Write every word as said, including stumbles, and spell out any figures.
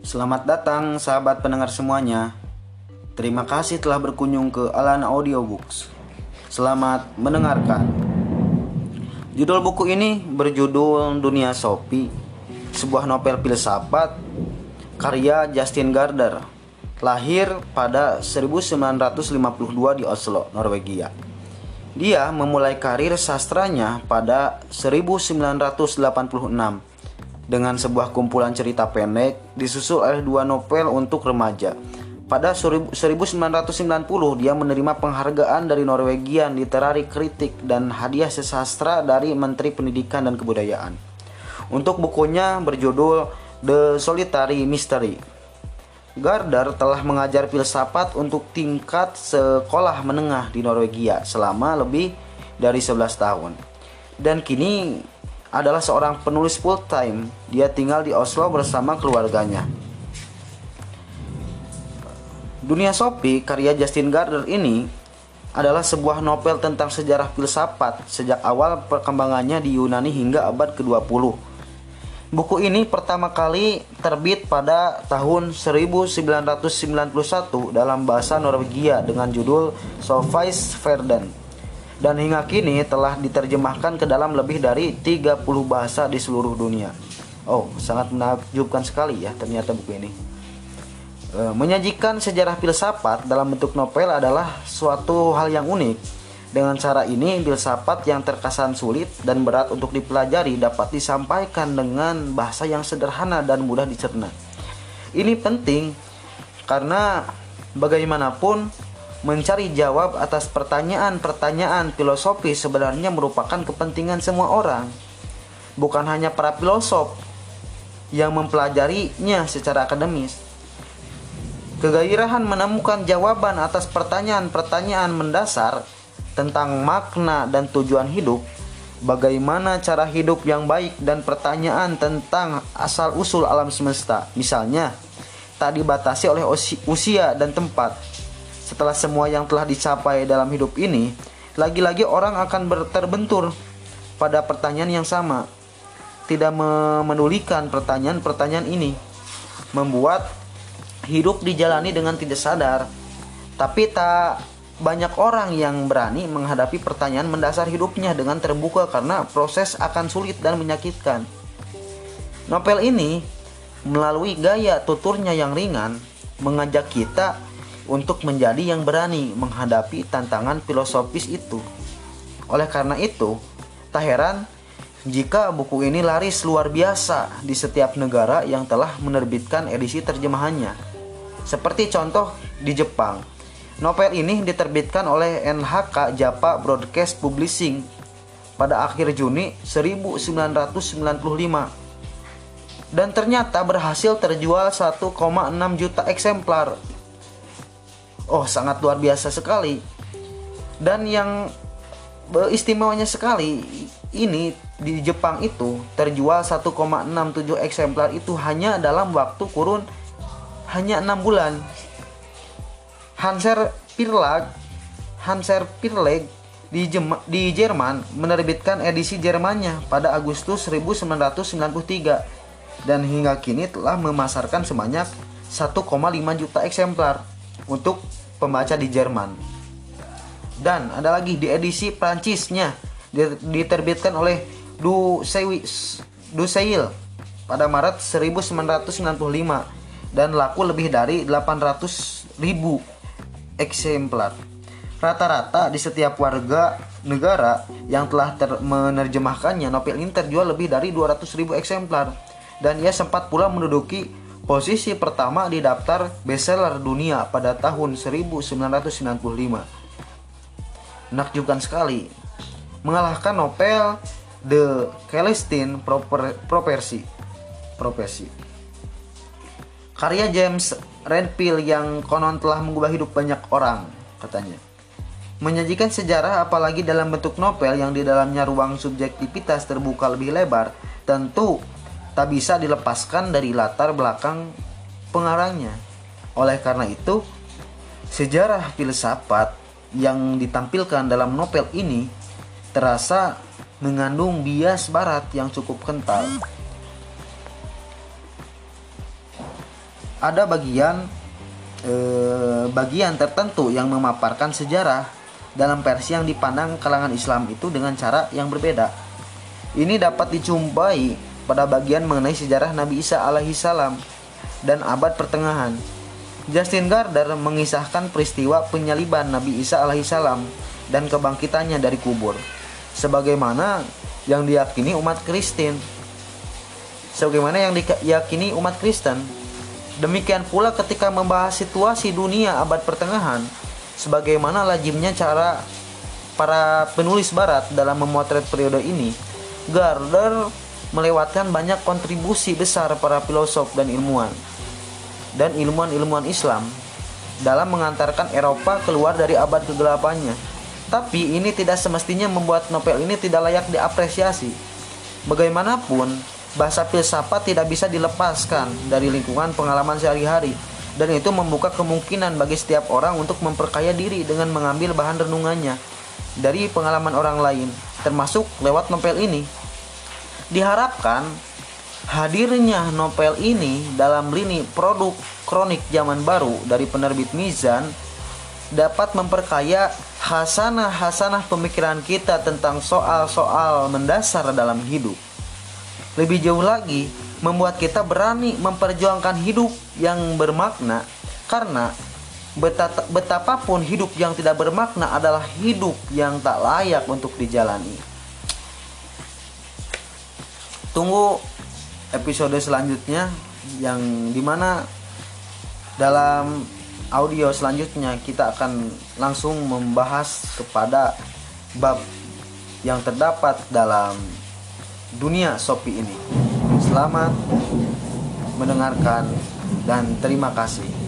Selamat datang sahabat pendengar semuanya. Terima kasih telah berkunjung ke Alana Audiobooks. Selamat mendengarkan. Judul buku ini berjudul Dunia Sophie, sebuah novel filsafat karya Justin Gardner. Lahir pada seribu sembilan ratus lima puluh dua di Oslo, Norwegia. Dia memulai karir sastranya pada seribu sembilan ratus delapan puluh enam dengan sebuah kumpulan cerita pendek disusul oleh dua novel untuk remaja. Pada seribu sembilan ratus sembilan puluh dia menerima penghargaan dari Norwegian Literary Critic dan hadiah sastra dari Menteri Pendidikan dan Kebudayaan untuk bukunya berjudul The Solitary Mystery. Gardner telah mengajar filsafat untuk tingkat sekolah menengah di Norwegia selama lebih dari sebelas tahun. Dan kini adalah seorang penulis full time. Dia tinggal di Oslo bersama keluarganya. Dunia Sophie karya Justin Gardner ini adalah sebuah novel tentang sejarah filsafat sejak awal perkembangannya di Yunani hingga abad kedua puluh. Buku ini pertama kali terbit pada tahun seribu sembilan ratus sembilan puluh satu dalam bahasa Norwegia dengan judul Sophie's Verden. Dan hingga kini telah diterjemahkan ke dalam lebih dari tiga puluh bahasa di seluruh dunia. Oh, sangat menakjubkan sekali ya ternyata buku ini. E, menyajikan sejarah filsafat dalam bentuk novel adalah suatu hal yang unik. Dengan cara ini, filsafat yang terkesan sulit dan berat untuk dipelajari dapat disampaikan dengan bahasa yang sederhana dan mudah dicerna. Ini penting karena bagaimanapun mencari jawab atas pertanyaan-pertanyaan filosofi sebenarnya merupakan kepentingan semua orang. Bukan hanya para filosof yang mempelajarinya secara akademis. Kegairahan menemukan jawaban atas pertanyaan-pertanyaan mendasar tentang makna dan tujuan hidup, bagaimana cara hidup yang baik, dan pertanyaan tentang asal-usul alam semesta, misalnya, tak dibatasi oleh usia dan tempat. Setelah semua yang telah dicapai dalam hidup ini, lagi-lagi orang akan terbentur pada pertanyaan yang sama. Tidak memedulikan pertanyaan-pertanyaan ini membuat hidup dijalani dengan tidak sadar. Tapi tak banyak orang yang berani menghadapi pertanyaan mendasar hidupnya dengan terbuka karena proses akan sulit dan menyakitkan. Novel ini melalui gaya tuturnya yang ringan mengajak kita untuk menjadi yang berani menghadapi tantangan filosofis itu. Oleh karena itu, tak heran jika buku ini laris luar biasa di setiap negara yang telah menerbitkan edisi terjemahannya. Seperti contoh di Jepang, novel ini diterbitkan oleh N H K Japa Broadcast Publishing pada akhir Juni seribu sembilan ratus sembilan puluh lima dan ternyata berhasil terjual satu koma enam juta eksemplar. Oh, sangat luar biasa sekali. Dan yang istimewanya sekali, ini di Jepang itu terjual satu koma enam tujuh eksemplar itu hanya dalam waktu kurun hanya enam bulan. Hanser Verlag Hanser Verlag di, Jem- di Jerman menerbitkan edisi Jermannya pada Agustus seribu sembilan ratus sembilan puluh tiga dan hingga kini telah memasarkan sebanyak satu koma lima juta eksemplar untuk pembaca di Jerman. Dan ada lagi di edisi Prancisnya diterbitkan oleh Du Seuil pada Maret seribu sembilan ratus sembilan puluh lima dan laku lebih dari delapan ratus ribu eksemplar. Rata-rata di setiap warga negara yang telah ter- menerjemahkannya, novel ini terjual lebih dari dua ratus ribu eksemplar dan ia sempat pula menduduki posisi pertama di daftar bestseller dunia pada tahun seribu sembilan ratus sembilan puluh lima. Menakjubkan sekali. Mengalahkan novel The Celestine Prophecy. Prophecy. Karya James Redfield yang konon telah mengubah hidup banyak orang, katanya. Menyajikan sejarah apalagi dalam bentuk novel yang di dalamnya ruang subjektivitas terbuka lebih lebar, tentu tak bisa dilepaskan dari latar belakang pengarangnya. Oleh karena itu, sejarah filsafat yang ditampilkan dalam novel ini terasa mengandung bias barat yang cukup kental. ada bagian eh, bagian tertentu yang memaparkan sejarah dalam versi yang dipandang kalangan Islam itu dengan cara yang berbeda. Ini dapat dijumpai pada bagian mengenai sejarah Nabi Isa alaihi salam dan abad pertengahan. Justin Gardner mengisahkan peristiwa penyaliban Nabi Isa alaihi salam dan kebangkitannya dari kubur, sebagaimana yang diyakini umat Kristen. Sebagaimana yang diyakini umat Kristen. Demikian pula ketika membahas situasi dunia abad pertengahan, sebagaimana lazimnya cara para penulis barat dalam memotret periode ini, Gardner melewatkan banyak kontribusi besar para filosof dan ilmuwan dan ilmuwan-ilmuwan Islam dalam mengantarkan Eropa keluar dari abad kegelapannya. Tapi ini tidak semestinya membuat novel ini tidak layak diapresiasi. Bagaimanapun, bahasa filsafat tidak bisa dilepaskan dari lingkungan pengalaman sehari-hari, dan itu membuka kemungkinan bagi setiap orang untuk memperkaya diri dengan mengambil bahan renungannya dari pengalaman orang lain, termasuk lewat novel ini. Diharapkan hadirnya novel ini dalam lini produk kronik zaman baru dari penerbit Mizan dapat memperkaya hasanah-hasanah pemikiran kita tentang soal-soal mendasar dalam hidup. Lebih jauh lagi, membuat kita berani memperjuangkan hidup yang bermakna, karena betapa, betapapun hidup yang tidak bermakna adalah hidup yang tak layak untuk dijalani. Tunggu episode selanjutnya, yang dimana dalam audio selanjutnya kita akan langsung membahas kepada bab yang terdapat dalam dunia Shopee ini. Selamat mendengarkan dan terima kasih.